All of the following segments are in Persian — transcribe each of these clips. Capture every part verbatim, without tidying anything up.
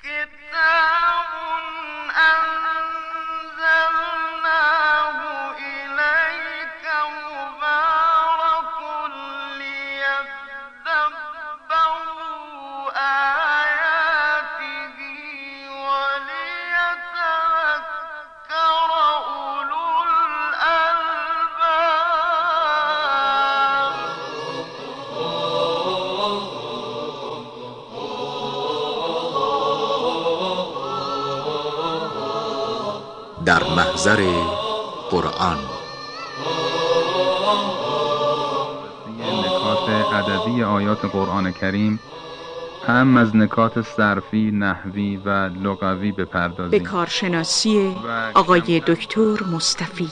در محضر قرآن. نکات ادبی آیات قرآن کریم هم از نکات صرفی، نحوی و لغوی بپردازیم. به کارشناسی آقای دکتر مصطفی.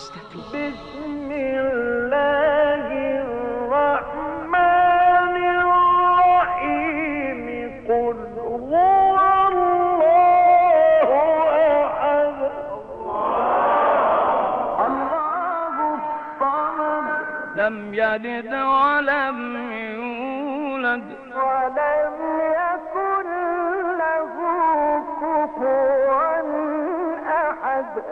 لم يلد ولم يولد ولم يكن له كفوا أحد.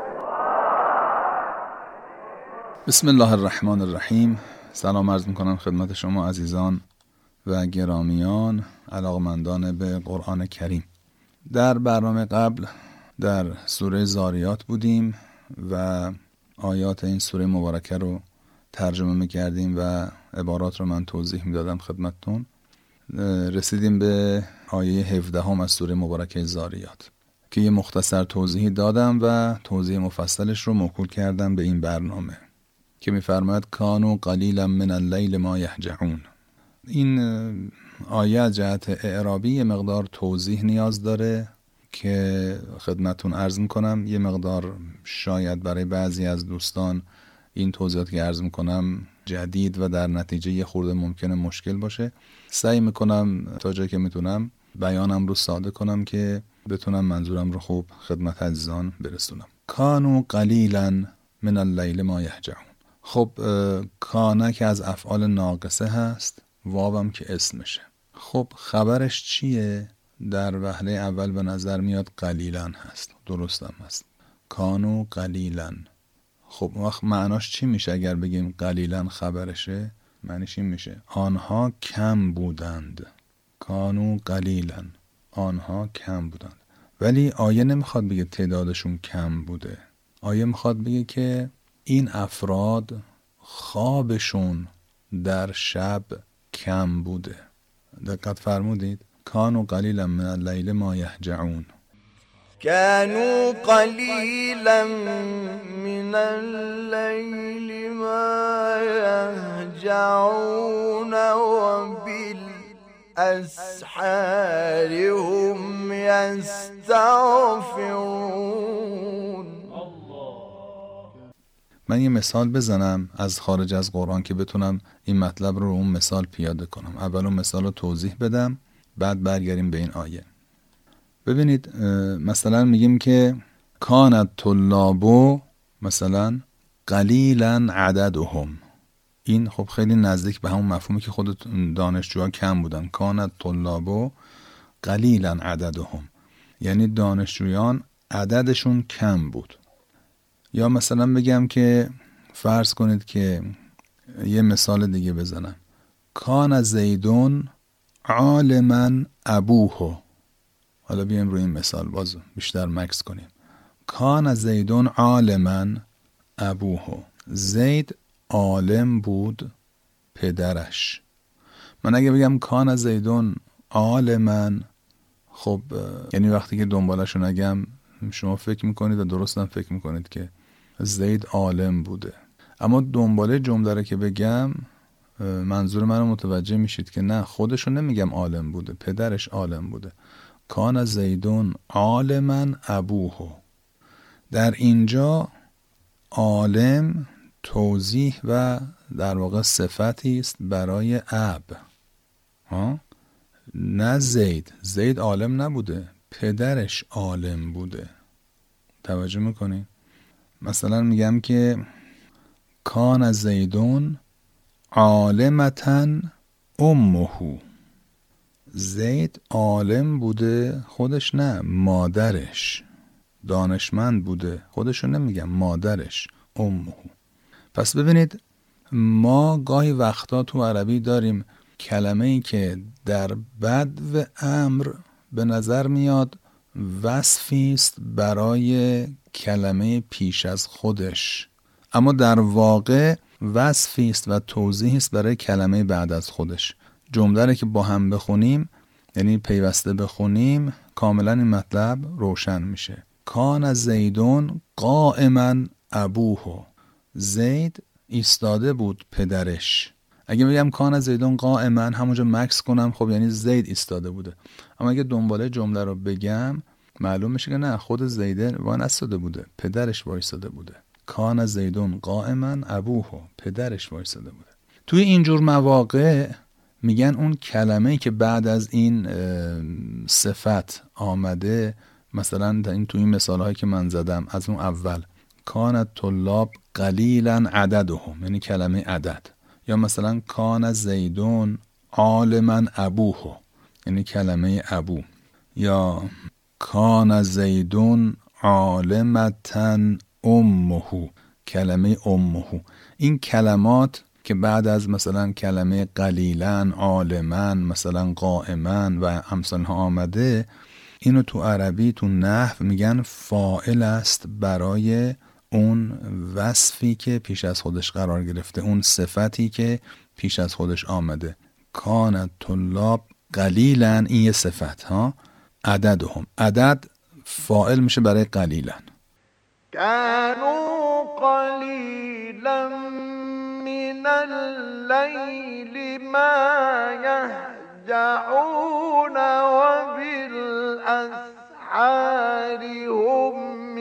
بسم الله الرحمن الرحیم. سلام عرض میکنم خدمت شما عزیزان و گرامیان علاقمندان به قرآن کریم. در برنامه قبل در سوره زاریات بودیم و آیات این سوره مبارکه رو ترجمه میکردیم و عبارات رو من توضیح میدادم خدمتتون. رسیدیم به آیه هفده هم از سوره مبارکه زاریات که یه مختصر توضیحی دادم و توضیح مفصلش رو موکول کردم به این برنامه که میفرماید کانوا قلیلا من اللیل ما یهجعون. این آیه از جهت اعرابی یه مقدار توضیح نیاز داره که خدمتتون عرض میکنم. یه مقدار شاید برای بعضی از دوستان این توضیحات که عرض میکنم جدید و در نتیجه یه خورده ممکنه مشکل باشه. سعی میکنم تا جایی که میتونم بیانم رو ساده کنم که بتونم منظورم رو خوب خدمت عزیزان برسونم. کانوا قلیلا من اللیل ما یهجعون. خب کانه که از افعال ناقصه هست، واوم که اسمشه. خب خبرش چیه؟ در وهله اول به نظر میاد قلیلا هست، درستم هست. کانوا قلیلا. خب وقت معناش چی میشه اگر بگیم قلیلا خبرشه؟ معنیش این میشه آنها کم بودند. کانوا قلیلا، آنها کم بودند. ولی آیه نمیخواد بگه تعدادشون کم بوده. آیه میخواد بگه که این افراد خوابشون در شب کم بوده. دقت فرمودید؟ کانوا قلیلا من اللیل ما یهجعون. كانوا قليلا من الليل ما يهجعون وبالأسحار هم يستغفرون. من یه مثال بزنم از خارج از قرآن که بتونم این مطلب رو رو اون مثال پیاده کنم. اول اون مثال رو توضیح بدم، بعد برگردیم به این آیه. ببینید مثلا میگیم که کان الطلاب مثلا قلیلا عددهم. این خب خیلی نزدیک به همون مفهومی که خود دانشجوها کم بودن. کان الطلاب قلیلا عددهم، یعنی دانشجویان عددشون کم بود. یا مثلا بگم که فرض کنید که یه مثال دیگه بزنم. کان زیدون عالما ابوه. حالا بیایم روی این مثال باز بیشتر مکس کنیم. کان زیدون عالما ابوه. زید عالم بود پدرش. من اگه بگم کان زیدون عالما، خب یعنی وقتی که دنبالشو نگم شما فکر میکنید و درستم فکر میکنید که زید عالم بوده. اما دنباله جمله رو که بگم منظور منو متوجه میشید که نه، خودشو نمیگم عالم بوده، پدرش عالم بوده. کان زیدون عالما ابوه. در اینجا عالم توضیح و در واقع صفتی است برای اب. ها؟ نه زید. زید عالم نبوده، پدرش عالم بوده. توجه میکنین؟ مثلا میگم که کان زیدون عالمتن امه. زید عالم بوده، خودش نه، مادرش دانشمند بوده، خودشو نمیگم، مادرش امه. پس ببینید ما گاهی وقتا تو عربی داریم کلمه ای که در بدو امر به نظر میاد وصفی است برای کلمه پیش از خودش، اما در واقع وصفی است و توضیحی است برای کلمه بعد از خودش. جمله را که با هم بخونیم، یعنی پیوسته بخونیم، کاملا این مطلب روشن میشه. کان زیدون قائما ابوه، زید ایستاده بود پدرش. اگه بگم کان زیدون قائما، همونجا مکس کنم، خب یعنی زید ایستاده بوده. اما اگه دنباله جمله رو بگم معلوم میشه که نه، خود زید وای نستاده بوده، پدرش وایساده بوده. کان زیدون قائما ابوه، پدرش وایساده بوده. توی اینجور مواقع میگن اون کلمه‌ای که بعد از این صفت آمده، مثلا این توی این مثالهایی که من زدم از اون اول، کان طلاب قلیلا عددهم، یعنی کلمه عدد، یا مثلا کان زیدون عالما ابوه، یعنی کلمه ابو، یا کان زیدون عالمتن امه، کلمه امه. این کلمات که بعد از مثلا کلمه قلیلا، عالما، مثلا قائما و امثال ها آمده، اینو تو عربی تو نحو میگن فاعل است برای اون وصفی که پیش از خودش قرار گرفته، اون صفتی که پیش از خودش آمده. کان طلاب قلیلا، این یه صفت ها، عددهم، عدد فاعل میشه برای قلیلا. كانوا قليلا من الليل ما يهجعون وبالأسحار هم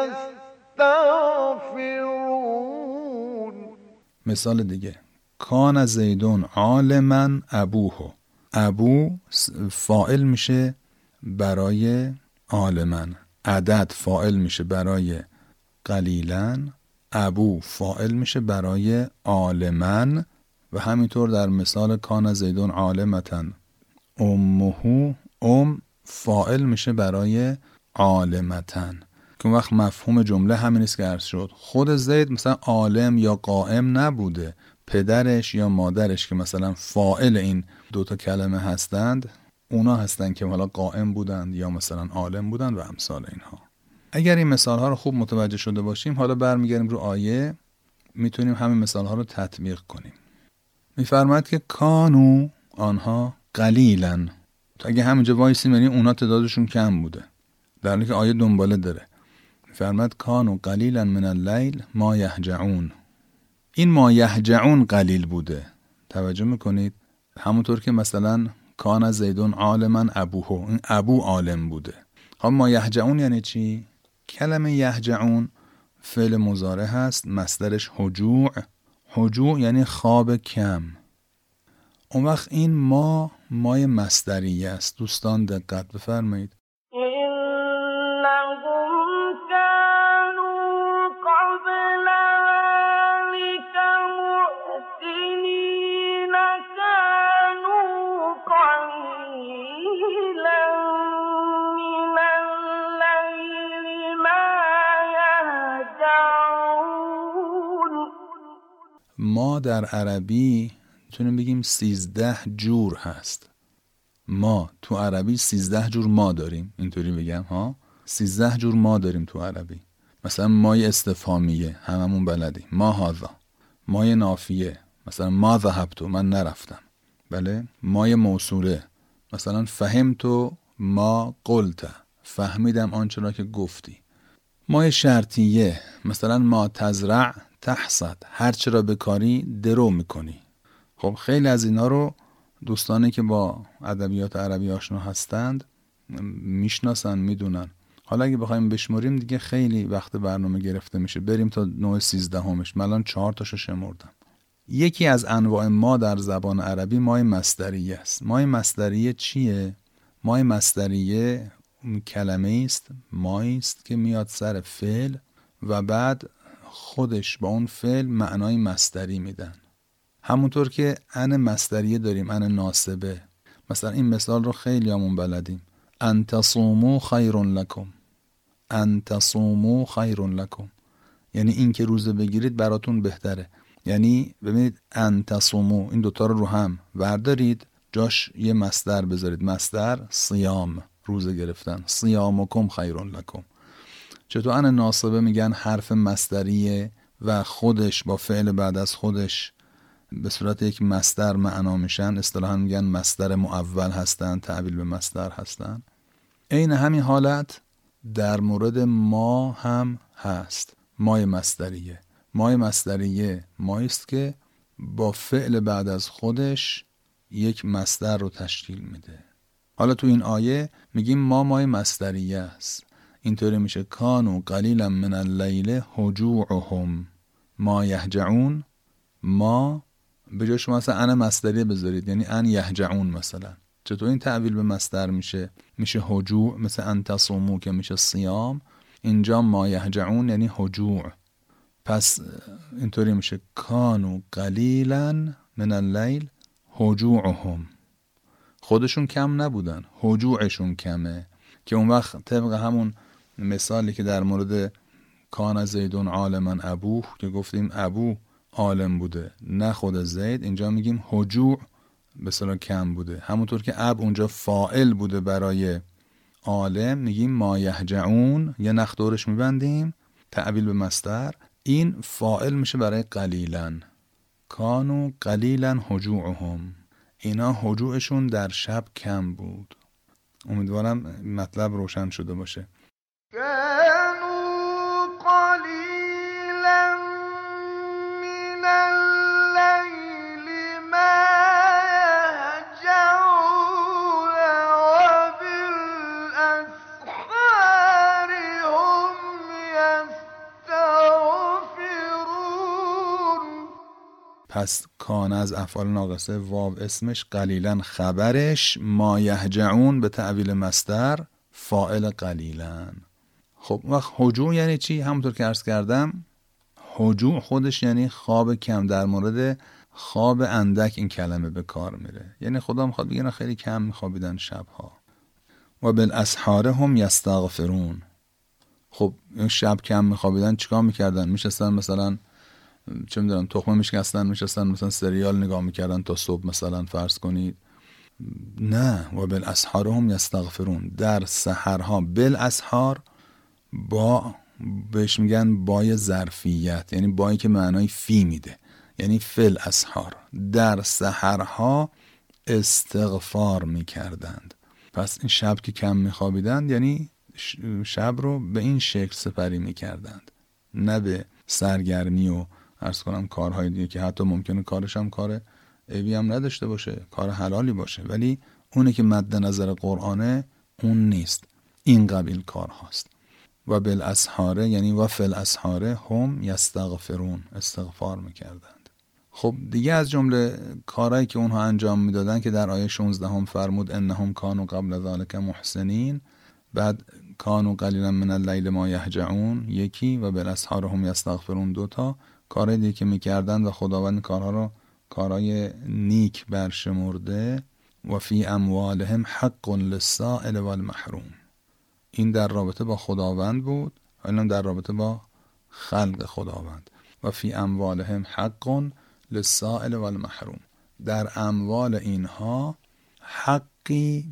يستغفرون. مثال دیگه، کان زیدون عالما ابوه، ابو فاعل میشه برای عالما، عدد فاعل میشه برای قلیلا، ابو فاعل میشه برای عالما، و همینطور در مثال کان زیدون عالمتن امه، ام فاعل میشه برای عالمتن، که وقت مفهوم جمله همین است که عرض شد. خود زید مثلا عالم یا قائم نبوده، پدرش یا مادرش که مثلا فاعل این دوتا کلمه هستند، اونا هستن که حالا قائم بودند یا مثلا عالم بودند و امثال اینها. اگر این مثال ها رو خوب متوجه شده باشیم، حالا برمیگردیم رو آیه، میتونیم همین مثال ها رو تطبیق کنیم. میفرماید که کانو، آنها، قلیلا، اگه همینجا وایسیم یعنی اونا تعدادشون کم بوده، در حالی که آیه دنباله داره. میفرماید کانو قلیلا من اللیل ما یهجعون، این ما یهجعون قلیل بوده، توجه میکنید؟ همونطور که مثلا کان زیدون عالما ابوه، این ابو عالم بوده. خب ما یهجعون یعنی چی؟ کلمه یهجعون فعل مضارع هست، مصدرش هجوع، هجوع یعنی خواب کم. اون وقت این ما مای مصدریه است. دوستان دقت بفرمایید. ما در عربی میتونیم بگیم سیزده جور هست. ما تو عربی سیزده جور ما داریم، اینطوری بگم ها، سیزده جور ما داریم تو عربی. مثلا مای استفهامیه هممون بلدیم، ما هذا. مای نافیه مثلا ما ذهبتو، من نرفتم. بله. مای موصوله مثلا فهمتو ما قلت، فهمیدم آنچه را که گفتی. مای شرطیه مثلا ما تزرع تحصد، هر چه را بکاری درو میکنی. خب خیلی از اینا رو دوستانی که با ادبیات عربی آشنا هستند میشناسن، میدونن. حالا اگه بخوایم بشماریم دیگه خیلی وقت برنامه گرفته میشه، بریم تا نوع سیزدهمش. من الان چهار تاشو شمردم. یکی از انواع ما در زبان عربی مای مصدریه است. مای مصدریه چیه؟ مای مصدریه کلمه است، مایی است که میاد سر فعل و بعد خودش با اون فعل معنای مصدری میدن. همونطور که ان مصدریه داریم، ان ناسبه، مثلا این مثال رو خیلی همون بلدیم، ان تصوموا خیر لکم، ان تصوموا خیر لکم، یعنی این که روزه بگیرید براتون بهتره. یعنی ببینید ان تصوموا، این دوتا رو رو هم وردارید، جاش یه مصدر بذارید، مصدر صیام، روزه گرفتن، صیامکم خیر لکم. چطور ان ناصبه میگن حرف مصدریه و خودش با فعل بعد از خودش به صورت یک مصدر معنا میشن، اصطلاحا میگن مصدر معول هستن، تعبیل به مصدر هستن. عین همین حالت در مورد ما هم هست. مای مصدریه، مای مصدریه مایی است که با فعل بعد از خودش یک مصدر رو تشکیل میده. حالا تو این آیه میگیم ما مای مصدریه است، اینطوری میشه کانوا قلیلا من اللیل هجوعهم ما یهجعون. ما به جای شما مثلا ان مصدریه بذارید، یعنی ان یهجعون مثلا. چطور این تعبیل به مصدر میشه؟ میشه هجوع، مثل ان تصوموا که میشه صیام، اینجا ما یهجعون یعنی هجوع. پس اینطوری میشه کانوا قلیلا من اللیل هجوعهم، خودشون کم نبودن، هجوعشون کمه. که اون وقت طبق همون مثالی که در مورد کان زیدون عالما ابوه که گفتیم ابو عالم بوده نه خود زید، اینجا میگیم هجوع به اصطلاح کم بوده. همونطور که اب اونجا فاعل بوده برای عالم، میگیم ما یهجعون، یه نخ دورش میبندیم، تعبیل به مصدر، این فاعل میشه برای قلیلا. کانوا قلیلا هجوعهم، اینا هجوعشون در شب کم بود. امیدوارم مطلب روشن شده باشه. كانوا قليلا من الليل ما يهجعون وبالأسحار هم يستغفرون. پس کان از افعال ناقصه، واو اسمش، قلیلا خبرش، ما یهجعون به تعویل مصدر، فاعل قلیلا. خب وقت هجوع یعنی چی؟ همونطور که عرض کردم هجوع خودش یعنی خواب کم. در مورد خواب اندک این کلمه به کار میره، یعنی خدا میخواد بگه خیلی کم میخوابیدن شبها. و بالاسحار هم یستغفرون. خب این شب کم میخوابیدن چیکار میکردن؟ میشستن مثلا چه میدونم تخمه میشکستن، میشستن مثلا سریال نگاه میکردن تا صبح مثلا فرض کنید. نه، و بالاسحار هم یستغفرون، در سحرها. بالاسحار با بهش میگن بای ظرفیت، یعنی بایی که معنای فی میده، یعنی فل اسحار، در سحرها استغفار میکردند. پس این شب که کم میخوابیدند یعنی شب رو به این شکل سپری میکردند، نه به سرگرمی و عرض کنم کارهای دیگه که حتی ممکنه کارش هم کار عیبی هم نداشته باشه، کار حلالی باشه، ولی اونه که مد نظر قرآنه اون نیست، این قبیل کار هاست. و بالاسحاره یعنی و فی الاسحاره هم یستغفرون، استغفار میکردند. خب دیگه از جمله کارهایی که اونها انجام میدادن که در آیه شانزده هم فرمود انهم کانوا قبل ذلک محسنین، بعد کانوا قلیلا من اللیل ما یهجعون یکی، و بالاسحار هم یستغفرون دوتا، کارهای دیگه که میکردن و خداوند کارها رو کارهای نیک برشمرده. و فی اموالهم حق للسائل والمحروم، این در رابطه با خداوند بود، الان در رابطه با خلق خداوند. و فی اموالهم حق للسائل والمحروم، در اموال اینها حقی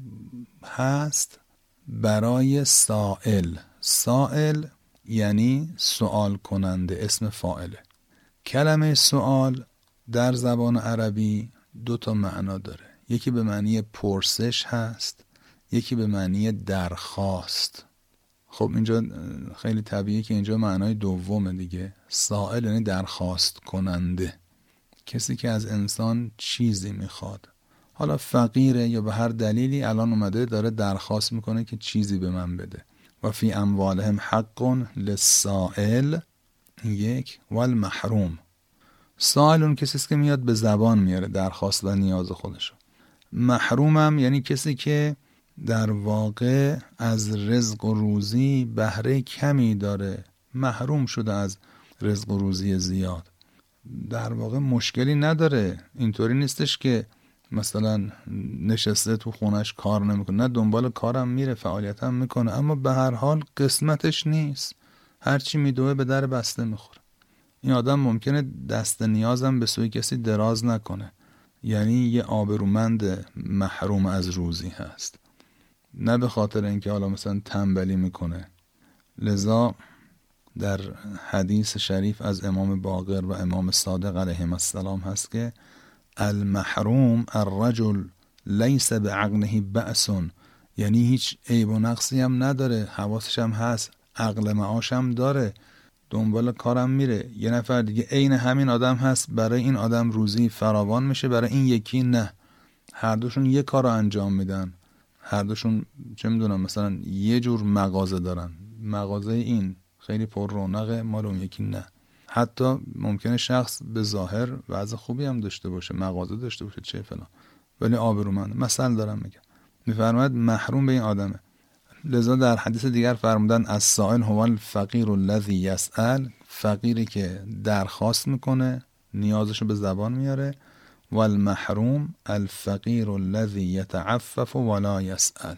هست برای سائل. سائل یعنی سوال کننده، اسم فاعله. کلمه سوال در زبان عربی دو تا معنا داره، یکی به معنی پرسش هست، یکی به معنی درخواست. خب اینجا خیلی طبیعیه که اینجا معنای دومه دیگه. سائل یعنی درخواست کننده، کسی که از انسان چیزی میخواد، حالا فقیره یا به هر دلیلی الان اومده داره درخواست میکنه که چیزی به من بده. و فی اموالهم حق للسائل یک، والمحروم. سائل اون کسی است که میاد به زبان میاره درخواست و نیاز خودشو. محرومم یعنی کسی که در واقع از رزق و روزی بهره کمی داره، محروم شده از رزق و روزی زیاد. در واقع مشکلی نداره، اینطوری نیستش که مثلا نشسته تو خونش کار نمیکنه، نه دنبال کارم میره، فعالیت هم میکنه، اما به هر حال قسمتش نیست، هرچی میدوه به در بسته میخوره. این آدم ممکنه دست نیازم به سوی کسی دراز نکنه، یعنی یه آبرومند محروم از روزی هست، نه به خاطر اینکه حالا مثلا تنبلی میکنه. لذا در حدیث شریف از امام باقر و امام صادق علیهم السلام هست که المحروم الرجل لیس بعقله بأس، یعنی هیچ عیب و نقصی هم نداره، حواسش هم هست، عقل معاش هم داره، دنبال کارم میره. یه نفر دیگه عین همین آدم هست، برای این آدم روزی فراوان میشه، برای این یکی نه. هر دوشون یه کار رو انجام میدن، هر دوشون چه میدونم مثلا یه جور مغازه دارن، مغازه این خیلی پر رونقه، مال اون یکی نه. حتی ممکنه شخص به ظاهر وضع خوبی هم داشته باشه، مغازه داشته باشه چه فلان، ولی آبرومند. مثلا دارم میگم، میفرماید محروم به این آدمه. لذا در حدیث دیگر فرمودن السائل هو الفقیر الذی یسأل، فقیری که درخواست میکنه، نیازشو به زبان میاره، و المحروم الفقیر الذی یتعفف ولا یسأل،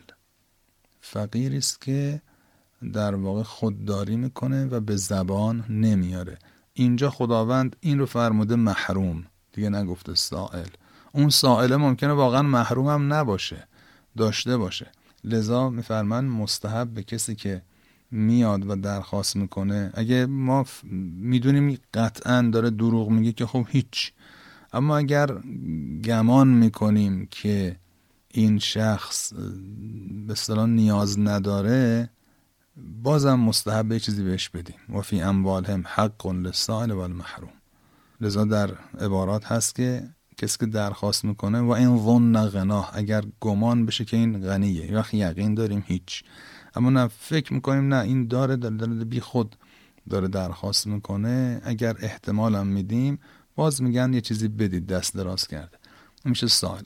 فقیری است که در واقع خودداری میکنه و به زبان نمیاره. اینجا خداوند این رو فرموده محروم، دیگه نگفته سائل. اون سائل ممکنه واقعا محروم هم نباشه، داشته باشه. لذا میفرمان مستحب به کسی که میاد و درخواست میکنه، اگه ما ف... میدونیم قطعا داره دروغ میگه که خب هیچ، اما اگر گمان میکنیم که این شخص به اصطلاح نیاز نداره، بازم مستحب یه چیزی بهش بدیم. و فی اموالهم حق للسائل و المحروم. لذا در عبارات هست که کسی که درخواست میکنه و این ظن غناه، اگر گمان بشه که این غنیه، یا وقتی یقین داریم هیچ، اما نه فکر میکنیم نه این داره، داره, داره بی خود داره درخواست میکنه، اگر احتمالم میدیم، باز میگن یه چیزی بدید، دست دراز کرده، میشه سائل.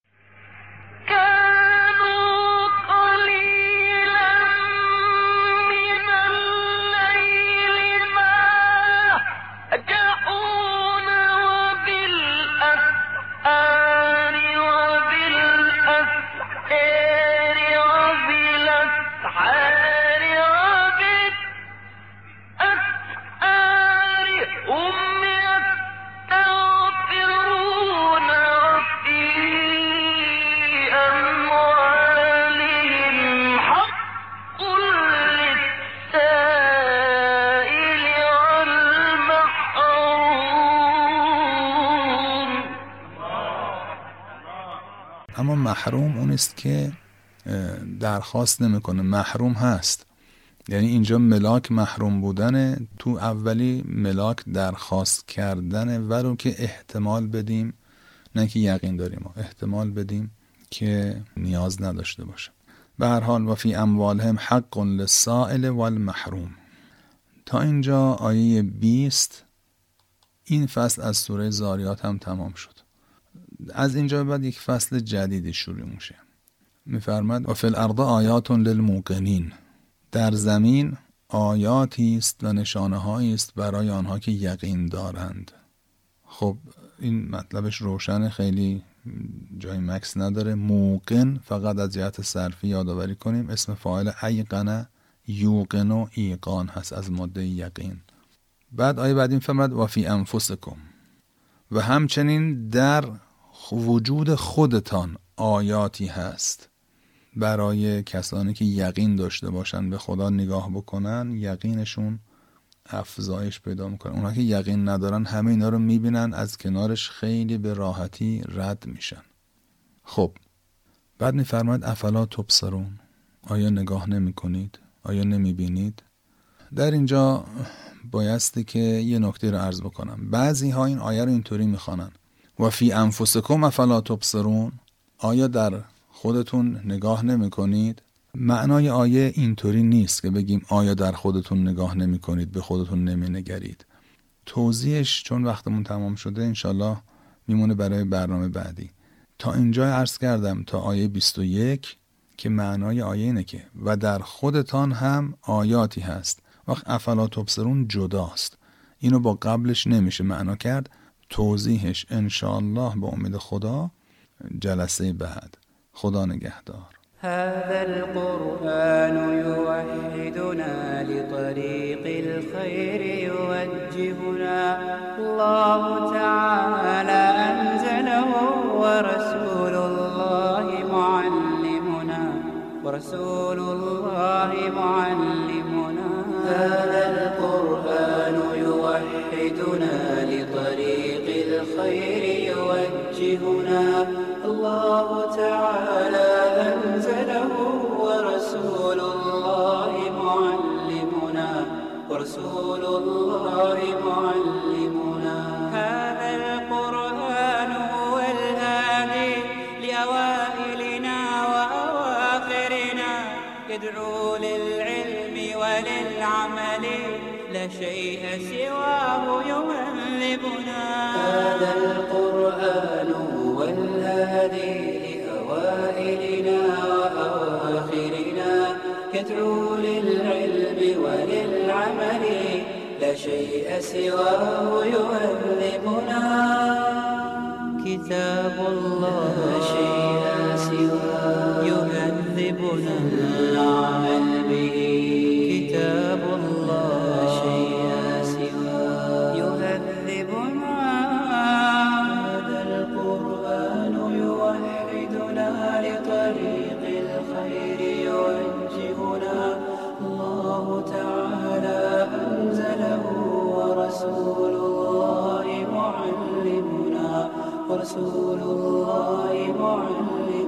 اما محروم اون است که درخواست نمیکنه، محروم هست. یعنی اینجا ملاک محروم بودنه، تو اولی ملاک درخواست کردنه، ولو که احتمال بدیم، نه که یقین داریم، احتمال بدیم که نیاز نداشته باشه. به هر حال و فی اموالهم حق للسائل والمحروم. تا اینجا آیه بیست این فصل از سوره ذاریات هم تمام شد. از اینجا بعد یک فصل جدیدی شروع میشه. میفرماد و فی الارض آیات للموقنین، در زمین آیاتی است و نشانه هایی است برای آنها که یقین دارند. خب این مطلبش روشن، خیلی جای مکس نداره. موقن فقط از جهت صرفی یادآوری کنیم، اسم فاعل ایقن، یوقن و ایقان هست از ماده یقین. بعد آیه بعد این فرمود و فی انفسکم، و همچنین در وجود خودتان آیاتی هست برای کسانی که یقین داشته باشن، به خدا نگاه بکنن، یقینشون افزایش پیدا میکنه. اونها که یقین ندارن همه اینا رو میبینن، از کنارش خیلی به راحتی رد میشن. خب بعد میفرماید افلا تبصرون، آیا نگاه نمی کنید؟ آیا نمی بینید؟ در اینجا بایستی که یه نکته رو عرض بکنم. بعضی ها این آیه رو اینطوری میخوانن و فی انفسکم افلا تبصرون، آیا در خودتون نگاه نمی کنید؟ معنای آیه اینطوری نیست که بگیم آیا در خودتون نگاه نمی کنید، به خودتون نمی نگرید. توضیحش چون وقتمون تمام شده انشالله میمونه برای برنامه بعدی. تا اینجا عرض کردم تا آیه بیست و یک که معنای آیه اینه که و در خودتان هم آیاتی هست. وقت افلا تبصرون جداست، اینو با قبلش نمیشه معنا کرد. توضیحش انشالله با امید خدا جلسه بعد. خدا نگهدار. هذا القرآن يوحدنا لطريق الخير يوجهنا الله تعالى أنزله ورسول الله معلمنا ورسول الله معلمنا هذا القرآن يوحدنا لطريق الخير يوجهنا الله تعالى أنزله ورسول الله معلمنا ورسول الله معلمنا هذا القرآن هو الهادي لأوائلنا وأواخرنا يدعو للعلم وللعمل لا شيء سواه يهذبنا هذا القرآن هو الهادي لأوائلنا وأواخرنا يدعو للعلم وللعمل لا شيء سواه يهذبنا كتاب الله لا شيء سواه يهذبنا العمل به كتاب الله لا شيء سواه يهذبنا هذا القرآن يوحدنا لطريق الخير يوجهنا الله تعالى أنزله ورسول الله معلمنا ورسول الله معلمنا